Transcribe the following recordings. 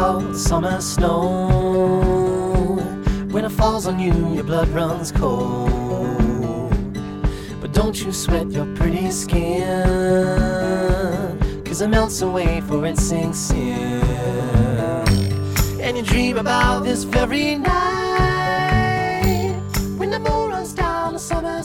about summer snow. When it falls on you, your blood runs cold. But don't you sweat your pretty skin, 'cause it melts away for it sinks in. And you dream about this very night, when the moon runs down the summer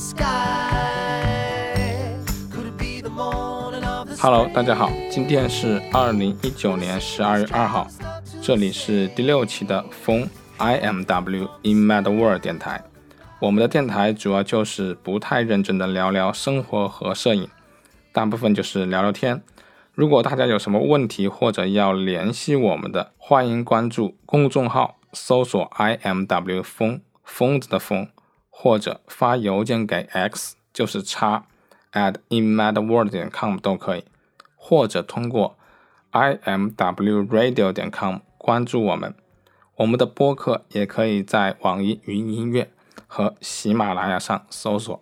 sky. Could it be the morning of the spring? Hello， 大家好，今天是2019年12月2号，这里是第6期的风 IMW In Mad World 电台。我们的电台主要就是不太认真的聊聊生活和摄影，大部分就是聊聊天。如果大家有什么问题或者要联系我们的，欢迎关注公众号，搜索 IMW 风，疯子的疯，或者发邮件给 X， 就是x@inmadworld.com 都可以，或者通过 imwradio.com 关注我们。我们的播客也可以在网易云音乐和喜马拉雅上搜索。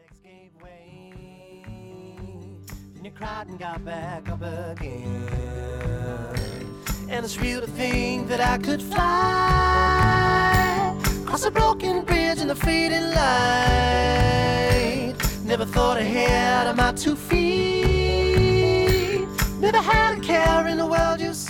Cried and got back up again. And it's real to think that I could fly across a broken bridge in the fading light. Never thought ahead of my 2 feet. Never had a care in the world, you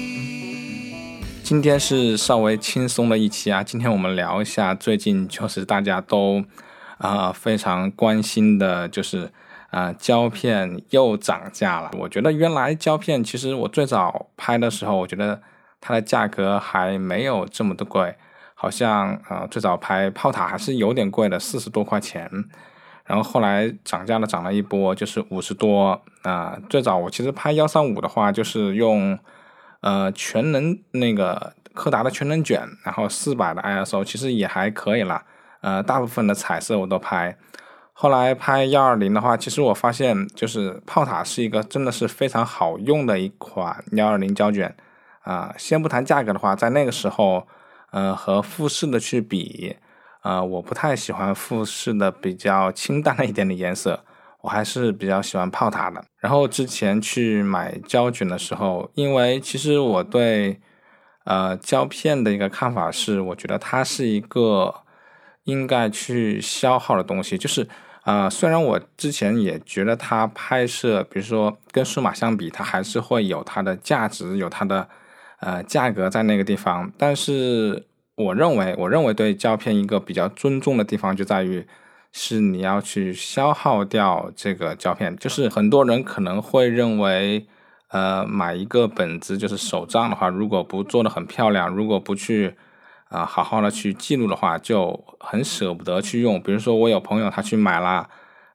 see. 今天是稍微轻松的一期啊，今天我们聊一下最近就是大家都非常关心的，就是胶片又涨价了。我觉得原来胶片其实我最早拍的时候，我觉得它的价格还没有这么的贵，好像最早拍炮塔还是有点贵的，40多块钱。然后后来涨价了，涨了一波，就是50多。最早我其实拍135的话，就是用全能那个柯达的全能卷，然后400的 ISO 其实也还可以啦。大部分的彩色我都拍。后来拍120的话，其实我发现就是炮塔是一个真的是非常好用的一款120胶卷。先不谈价格的话，在那个时候和富士的去比，我不太喜欢富士的比较清淡了一点的颜色，我还是比较喜欢炮塔的。然后之前去买胶卷的时候，因为其实我对胶片的一个看法是，我觉得它是一个应该去消耗的东西，就是虽然我之前也觉得它拍摄比如说跟数码相比，它还是会有它的价值，有它的价格在那个地方，但是我认为对胶片一个比较尊重的地方就在于是你要去消耗掉这个胶片。就是很多人可能会认为买一个本子就是手账的话，如果不做得很漂亮，如果不去好好的去记录的话，就很舍不得去用。比如说我有朋友他去买了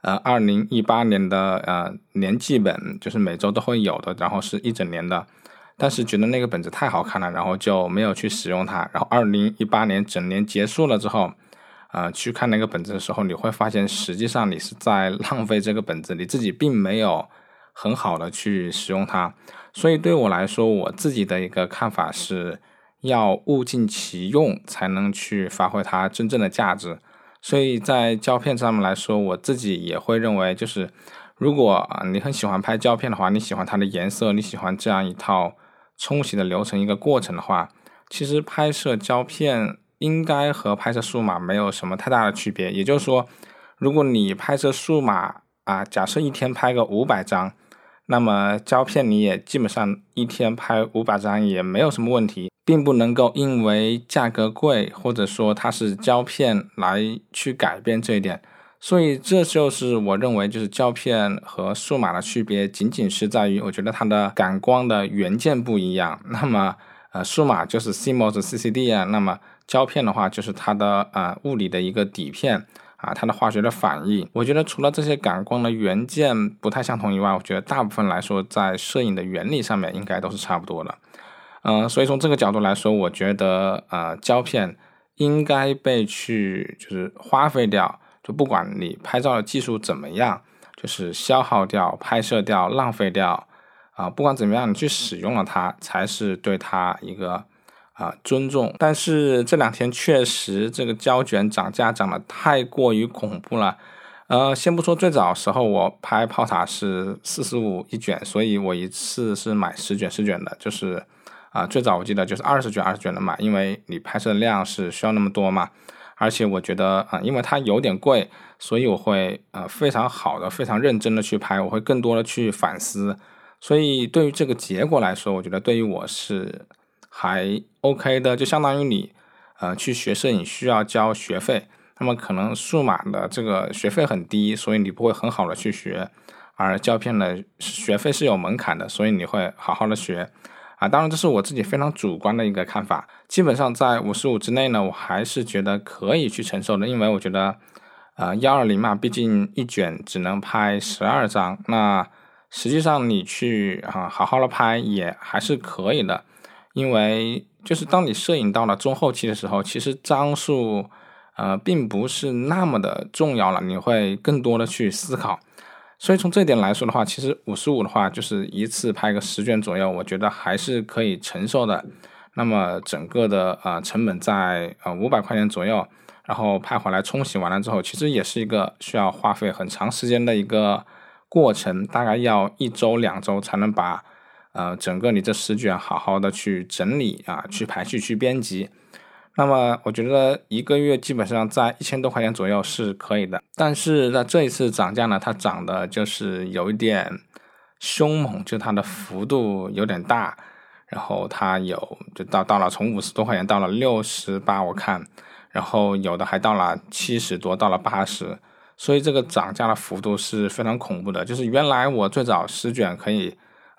2018年的年记本，就是每周都会有的，然后是一整年的，但是觉得那个本子太好看了，然后就没有去使用它。然后2018年整年结束了之后去看那个本子的时候，你会发现实际上你是在浪费这个本子，你自己并没有很好的去使用它。所以对我来说，我自己的一个看法是要物尽其用才能去发挥它真正的价值。所以在胶片上面来说，我自己也会认为，就是如果你很喜欢拍胶片的话，你喜欢它的颜色，你喜欢这样一套冲洗的流程一个过程的话，其实拍摄胶片应该和拍摄数码没有什么太大的区别。也就是说，如果你拍摄数码假设一天拍个500张，那么胶片你也基本上一天拍500张也没有什么问题，并不能够因为价格贵或者说它是胶片来去改变这一点。所以这就是我认为就是胶片和数码的区别，仅仅是在于我觉得它的感光的元件不一样。那么数码就是 CMOS、CCD 那么胶片的话就是它的物理的一个底片它的化学的反应。我觉得除了这些感光的元件不太相同以外，我觉得大部分来说在摄影的原理上面应该都是差不多的。所以从这个角度来说，我觉得胶片应该被去就是花费掉，就不管你拍照的技术怎么样，就是消耗掉、拍摄掉、浪费掉不管怎么样你去使用了它才是对它一个尊重。但是这2天确实这个胶卷涨价涨得太过于恐怖了。先不说最早时候我拍炮塔是45一卷，所以我一次是买10卷的，就是最早我记得就是20卷的买，因为你拍摄量是需要那么多嘛。而且我觉得因为它有点贵，所以我会非常好的非常认真的去拍，我会更多的去反思。所以对于这个结果来说，我觉得对于我是还 OK 的，就相当于你去学摄影需要交学费，那么可能数码的这个学费很低，所以你不会很好的去学，而胶片的学费是有门槛的，所以你会好好的学。当然这是我自己非常主观的一个看法，基本上在55之内呢，我还是觉得可以去承受的，因为我觉得120嘛，毕竟一卷只能拍12张，那实际上你去好好的拍也还是可以的，因为就是当你摄影到了中后期的时候，其实张数并不是那么的重要了，你会更多的去思考。所以从这点来说的话，其实55的话就是一次拍个10卷左右，我觉得还是可以承受的。那么整个的成本在500块钱左右，然后拍回来冲洗完了之后，其实也是一个需要花费很长时间的一个过程，大概要1周2周才能把整个你这10卷好好的去整理去排序去编辑。那么我觉得1个月基本上在1000多块钱左右是可以的，但是在这一次涨价呢，它涨的就是有一点凶猛，就它的幅度有点大，然后它就到了从50多块钱到了68我看，然后有的还到了70多，到了80，所以这个涨价的幅度是非常恐怖的。就是原来我最早10卷可以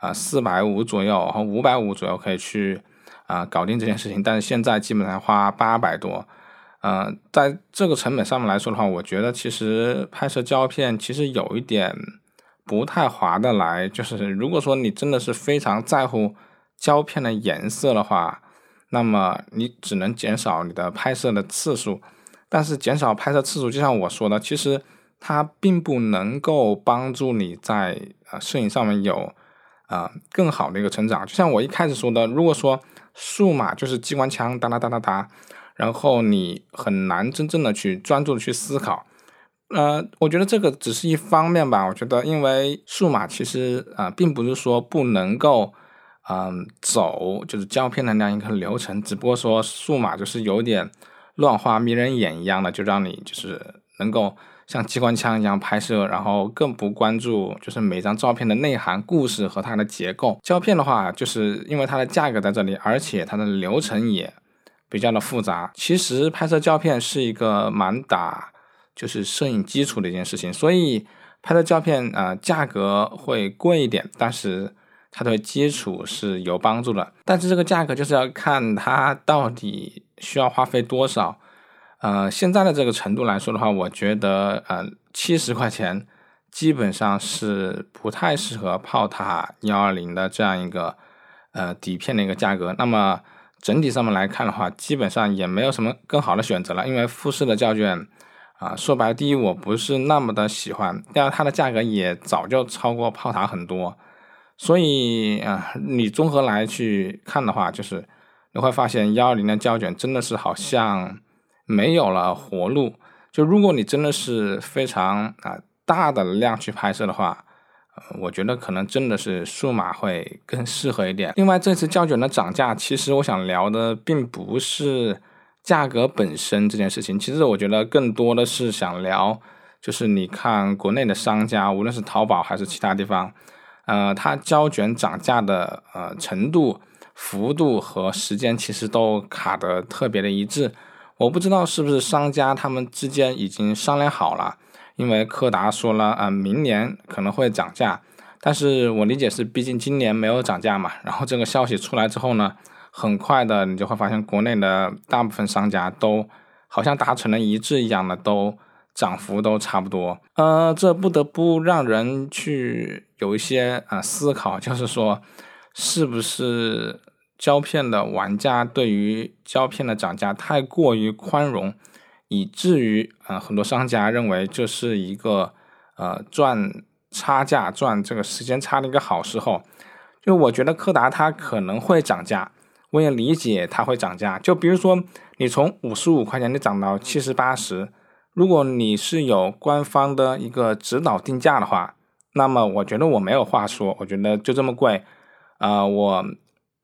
450左右和550左右可以去搞定这件事情，但是现在基本上花800多。在这个成本上面来说的话，我觉得其实拍摄胶片其实有一点不太划得来，就是如果说你真的是非常在乎胶片的颜色的话，那么你只能减少你的拍摄的次数，但是减少拍摄次数就像我说的，其实它并不能够帮助你在摄影上面有更好的一个成长。就像我一开始说的，如果说数码就是机关枪哒哒哒哒哒，然后你很难真正的去专注的去思考。我觉得这个只是一方面吧。我觉得因为数码其实并不是说不能够走就是胶片的那样一个流程，只不过说数码就是有点乱花迷人眼一样的，就让你就是能够像机关枪一样拍摄，然后更不关注就是每张照片的内涵、故事和它的结构。胶片的话，就是因为它的价格在这里，而且它的流程也比较的复杂。其实拍摄胶片是一个蛮打就是摄影基础的一件事情，所以拍摄胶片价格会贵一点，但是它对基础是有帮助的。但是这个价格就是要看它到底需要花费多少。现在的这个程度来说的话，我觉得70块钱基本上是不太适合炮塔120的这样一个底片的一个价格。那么整体上面来看的话，基本上也没有什么更好的选择了，因为富士的胶卷说白了，第一我不是那么的喜欢，第二它的价格也早就超过炮塔很多，所以你综合来去看的话，就是你会发现120的胶卷真的是好像没有了活路。就如果你真的是非常大的量去拍摄的话，我觉得可能真的是数码会更适合一点。另外这次胶卷的涨价，其实我想聊的并不是价格本身这件事情，其实我觉得更多的是想聊就是你看国内的商家，无论是淘宝还是其他地方，它胶卷涨价的程度、幅度和时间其实都卡得特别的一致。我不知道是不是商家他们之间已经商量好了，因为柯达说了明年可能会涨价，但是我理解是毕竟今年没有涨价嘛，然后这个消息出来之后呢，很快的你就会发现国内的大部分商家都好像达成了一致一样的，都涨幅都差不多。这不得不让人去有一些思考，就是说是不是胶片的玩家对于胶片的涨价太过于宽容，以至于很多商家认为这是一个赚差价、赚这个时间差的一个好时候。就我觉得柯达它可能会涨价，我也理解它会涨价。就比如说你从55块钱你涨到70、80，如果你是有官方的一个指导定价的话，那么我觉得我没有话说，我觉得就这么贵，我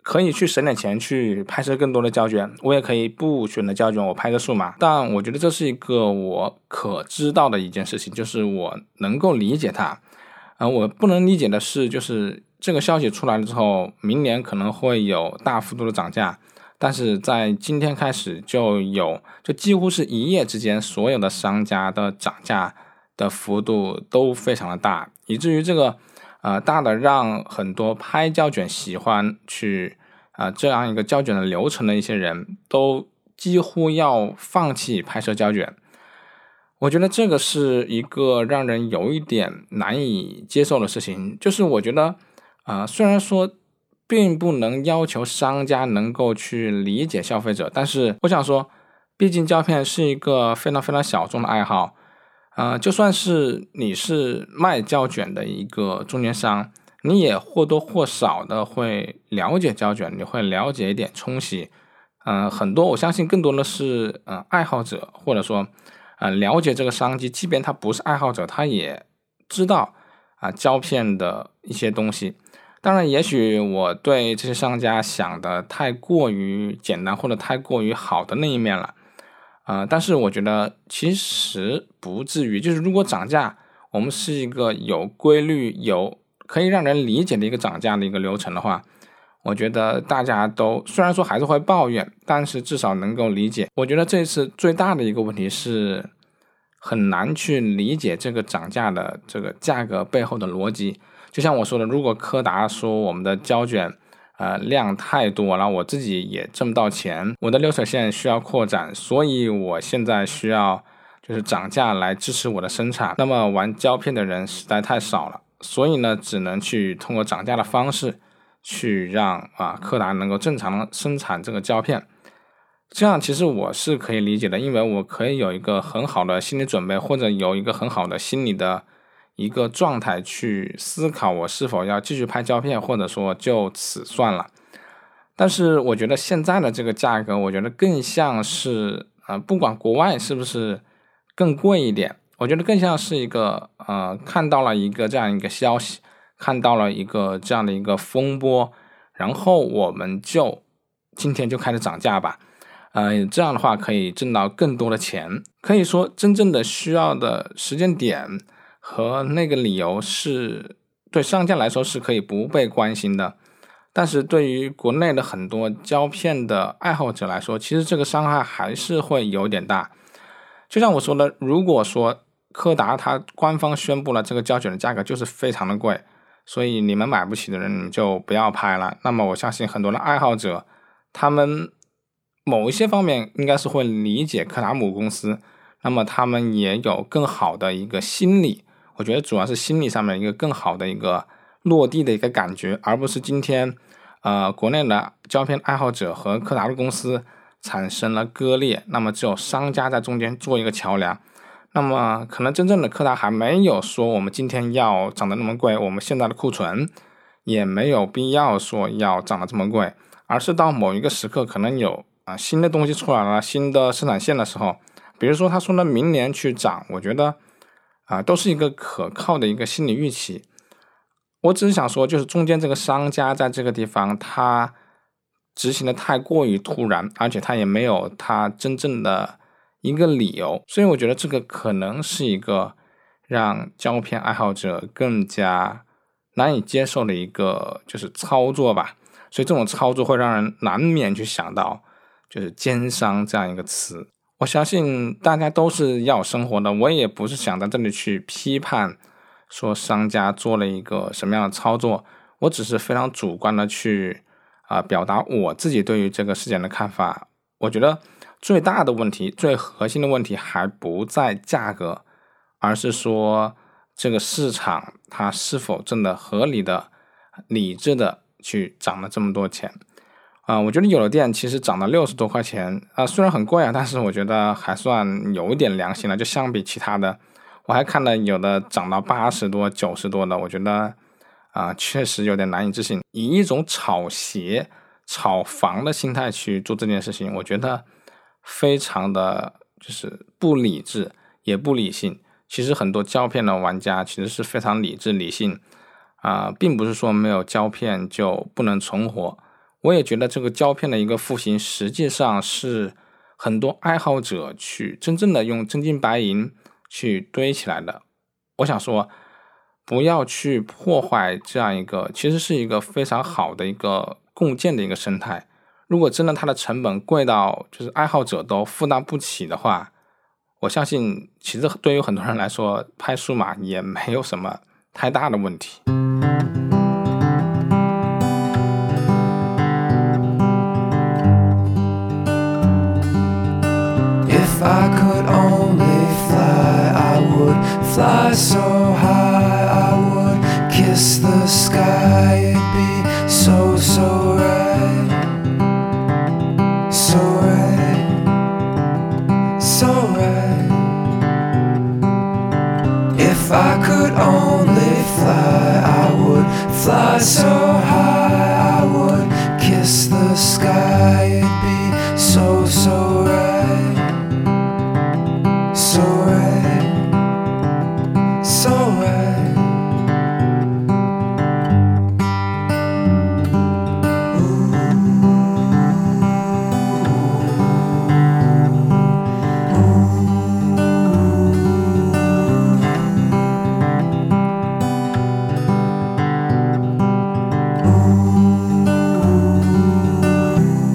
可以去省点钱去拍摄更多的胶卷，我也可以不选择胶卷，我拍个数码。但我觉得这是一个我可知道的一件事情，就是我能够理解它。我不能理解的是，就是这个消息出来了之后，明年可能会有大幅度的涨价，但是在今天开始就几乎是一夜之间，所有的商家的涨价的幅度都非常的大，以至于这个大的让很多拍胶卷喜欢去这样一个胶卷的流程的一些人都几乎要放弃拍摄胶卷。我觉得这个是一个让人有一点难以接受的事情，就是我觉得虽然说并不能要求商家能够去理解消费者，但是我想说，毕竟胶片是一个非常非常小众的爱好，就算是你是卖胶卷的一个中间商，你也或多或少的会了解胶卷，你会了解一点冲洗，很多我相信更多的是爱好者，或者说了解这个商机，即便他不是爱好者，他也知道胶片的一些东西。当然也许我对这些商家想的太过于简单或者太过于好的那一面了，但是我觉得其实不至于，就是如果涨价我们是一个有规律有可以让人理解的一个涨价的一个流程的话，我觉得大家都虽然说还是会抱怨，但是至少能够理解。我觉得这次最大的一个问题是很难去理解这个涨价的这个价格背后的逻辑。就像我说的，如果柯达说我们的胶卷量太多了，我自己也挣不到钱，我的流水线需要扩展，所以我现在需要就是涨价来支持我的生产，那么玩胶片的人实在太少了，所以呢只能去通过涨价的方式去让柯达能够正常的生产这个胶片。这样其实我是可以理解的，因为我可以有一个很好的心理准备，或者有一个很好的心理的一个状态去思考我是否要继续拍胶片，或者说就此算了。但是我觉得现在的这个价格，我觉得更像是不管国外是不是更贵一点，我觉得更像是一个看到了一个这样一个消息，看到了一个这样的一个风波，然后我们就今天就开始涨价吧。这样的话可以挣到更多的钱。可以说真正的需要的时间点和那个理由是对商家来说是可以不被关心的，但是对于国内的很多胶片的爱好者来说，其实这个伤害还是会有点大。就像我说的，如果说柯达它官方宣布了这个胶卷的价格就是非常的贵，所以你们买不起的人就不要拍了，那么我相信很多的爱好者他们某一些方面应该是会理解柯达母公司，那么他们也有更好的一个心理，我觉得主要是心理上面一个更好的一个落地的一个感觉，而不是今天国内的胶片爱好者和柯达的公司产生了割裂，那么只有商家在中间做一个桥梁。那么可能真正的柯达还没有说我们今天要涨得那么贵，我们现在的库存也没有必要说要涨得这么贵，而是到某一个时刻可能有新的东西出来了，新的生产线的时候，比如说他说呢明年去涨，我觉得都是一个可靠的一个心理预期。我只是想说，就是中间这个商家在这个地方他执行的太过于突然，而且他也没有他真正的一个理由，所以我觉得这个可能是一个让胶片爱好者更加难以接受的一个就是操作吧。所以这种操作会让人难免去想到就是奸商这样一个词。我相信大家都是要生活的，我也不是想在这里去批判说商家做了一个什么样的操作，我只是非常主观的去表达我自己对于这个事件的看法。我觉得最大的问题，最核心的问题还不在价格，而是说这个市场它是否真的合理的理智的去涨了这么多钱。我觉得有的店其实涨了60多块钱虽然很贵但是我觉得还算有一点良心了，就相比其他的，我还看了有的涨到80多90多的，我觉得确实有点难以置信。以一种炒鞋炒房的心态去做这件事情，我觉得非常的就是不理智也不理性。其实很多胶片的玩家其实是非常理智理性并不是说没有胶片就不能存活。 我也觉得这个胶片的一个复兴实际上是很多爱好者去真正的用真金白银去堆起来的。我想说不要去破坏这样一个其实是一个非常好的一个共建的一个生态。如果真的它的成本贵到就是爱好者都负担不起的话，我相信其实对于很多人来说拍数码也没有什么太大的问题。 If I could only fly, I would fly so high, I would kiss the sky, it'd be so, so right, so right, so right. If I could only fly, I would fly so high, I would kiss the sky, it'd be so, so right.So right, so right. Ooh. Ooh.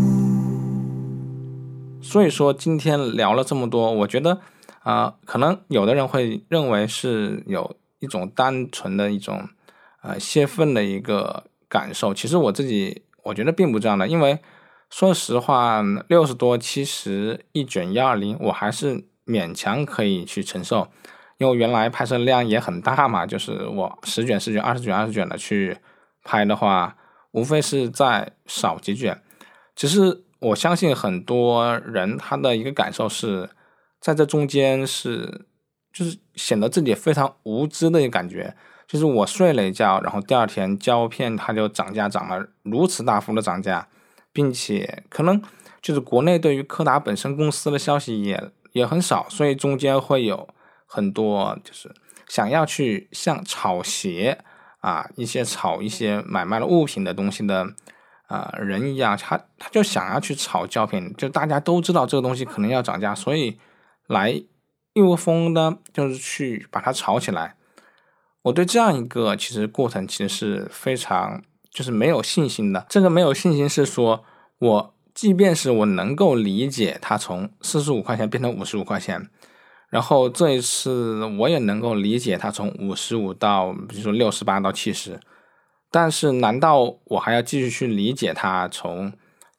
所以说今天聊了这么多，我觉得可能有的人会认为是有一种单纯的一种泄愤的一个感受，其实我觉得并不这样的。因为说实话60多70一卷120我还是勉强可以去承受，因为原来拍摄量也很大嘛，就是我10卷10卷20卷20卷的去拍的话，无非是再少几卷。只是我相信很多人他的一个感受是在这中间就是显得自己非常无知的一个感觉，就是我睡了一觉，然后第二天胶片它就涨价，涨了如此大幅的涨价，并且可能就是国内对于柯达本身公司的消息也很少，所以中间会有很多就是想要去像炒鞋炒一些买卖的物品的东西的人一样，他就想要去炒胶片，就大家都知道这个东西可能要涨价，所以来一窝蜂的就是去把它炒起来。我对这样一个其实过程其实是非常就是没有信心的。这个没有信心是说即便是我能够理解它从45块钱变成55块钱，然后这一次我也能够理解它从55到比如说68到70，但是难道我还要继续去理解它从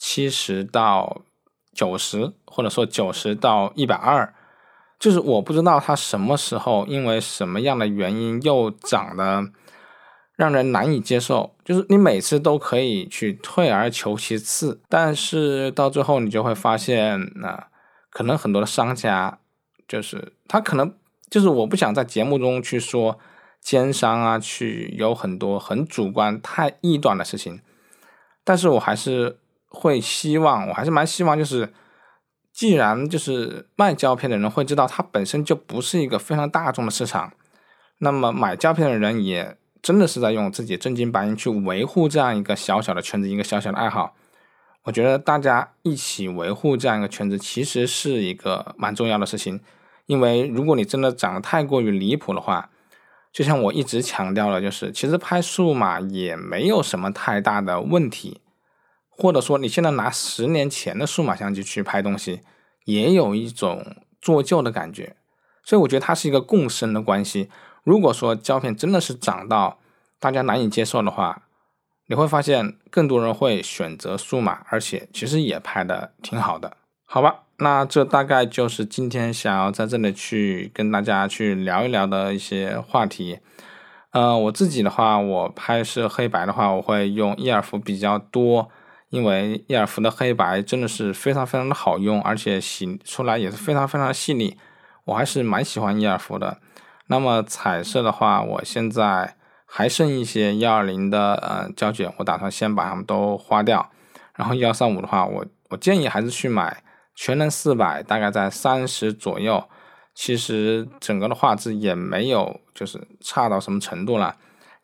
70到90，或者说90到120？就是我不知道它什么时候因为什么样的原因又涨得让人难以接受。就是你每次都可以去退而求其次，但是到最后你就会发现可能很多的商家就是他可能就是我不想在节目中去说奸商去有很多很主观太臆断的事情，但是我还是蛮希望就是既然就是卖胶片的人会知道它本身就不是一个非常大众的市场，那么买胶片的人也真的是在用自己真金白银去维护这样一个小小的圈子，一个小小的爱好。我觉得大家一起维护这样一个圈子其实是一个蛮重要的事情。因为如果你真的涨得太过于离谱的话，就像我一直强调了，就是其实拍数码也没有什么太大的问题，或者说你现在拿10年前的数码相机去拍东西也有一种做旧的感觉。所以我觉得它是一个共生的关系。如果说胶片真的是涨到大家难以接受的话，你会发现更多人会选择数码，而且其实也拍得挺好的。好吧，那这大概就是今天想要在这里去跟大家去聊一聊的一些话题。我自己的话，我拍摄黑白的话，我会用伊尔福比较多，因为伊尔福的黑白真的是非常非常的好用，而且洗出来也是非常非常的细腻，我还是蛮喜欢伊尔福的。那么彩色的话，我现在还剩一些120的胶卷，我打算先把它们都花掉。然后135的话，我建议还是去买全能400，大概在30左右，其实整个的画质也没有就是差到什么程度了。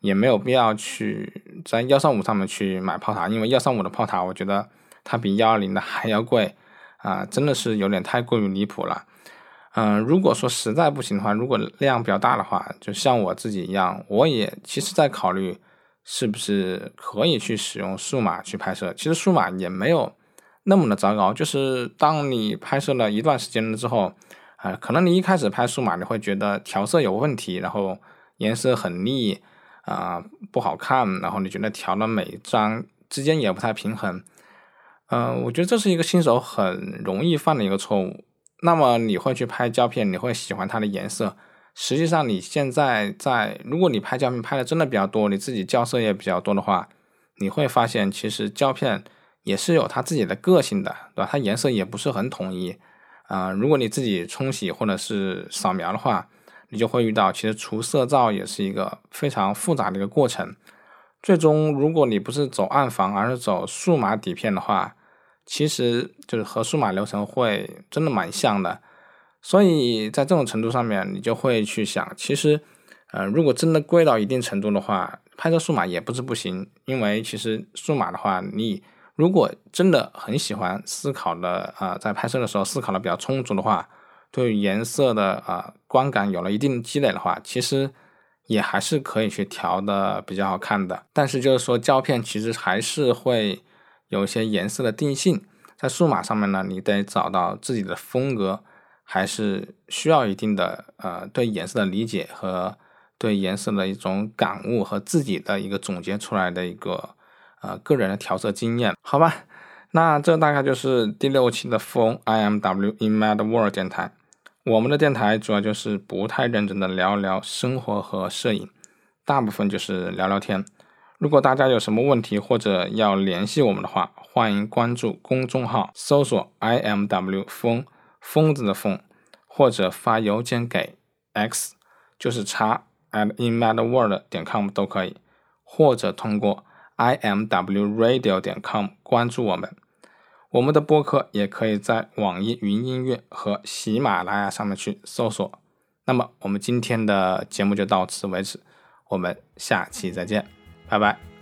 也没有必要去在135上面去买炮塔，因为135的炮塔我觉得它比120的还要贵真的是有点太过于离谱了。如果说实在不行的话，如果量比较大的话，就像我自己一样，我也其实在考虑是不是可以去使用数码去拍摄。其实数码也没有那么的糟糕，就是当你拍摄了一段时间了之后可能你一开始拍数码你会觉得调色有问题，然后颜色很腻不好看，然后你觉得调的每一张之间也不太平衡。我觉得这是一个新手很容易犯的一个错误。那么你会去拍胶片，你会喜欢它的颜色，实际上你现在如果你拍胶片拍的真的比较多，你自己校色也比较多的话，你会发现其实胶片也是有它自己的个性的，对吧？它颜色也不是很统一如果你自己冲洗或者是扫描的话，你就会遇到其实除色噪也是一个非常复杂的一个过程。最终如果你不是走暗房而是走数码底片的话，其实就是和数码流程会真的蛮像的。所以在这种程度上面你就会去想，其实如果真的贵到一定程度的话，拍摄数码也不是不行。因为其实数码的话，你如果真的很喜欢思考的在拍摄的时候思考的比较充足的话，对于颜色的观感有了一定积累的话，其实也还是可以去调的比较好看的。但是就是说胶片其实还是会有一些颜色的定性，在数码上面呢，你得找到自己的风格，还是需要一定的对颜色的理解和对颜色的一种感悟和自己的一个总结出来的一个个人的调色经验。好吧，那这大概就是第6期的富翁 IMW in Mad World 电台。我们的电台主要就是不太认真的聊聊生活和摄影，大部分就是聊聊天。如果大家有什么问题或者要联系我们的话，欢迎关注公众号，搜索 IMW 疯，疯子的疯，或者发邮件给 x 就是@inmadworld.com 都可以，或者通过 imwradio.com 关注我们。我们的播客也可以在网易云音乐和喜马拉雅上面去搜索。那么我们今天的节目就到此为止，我们下期再见，拜拜。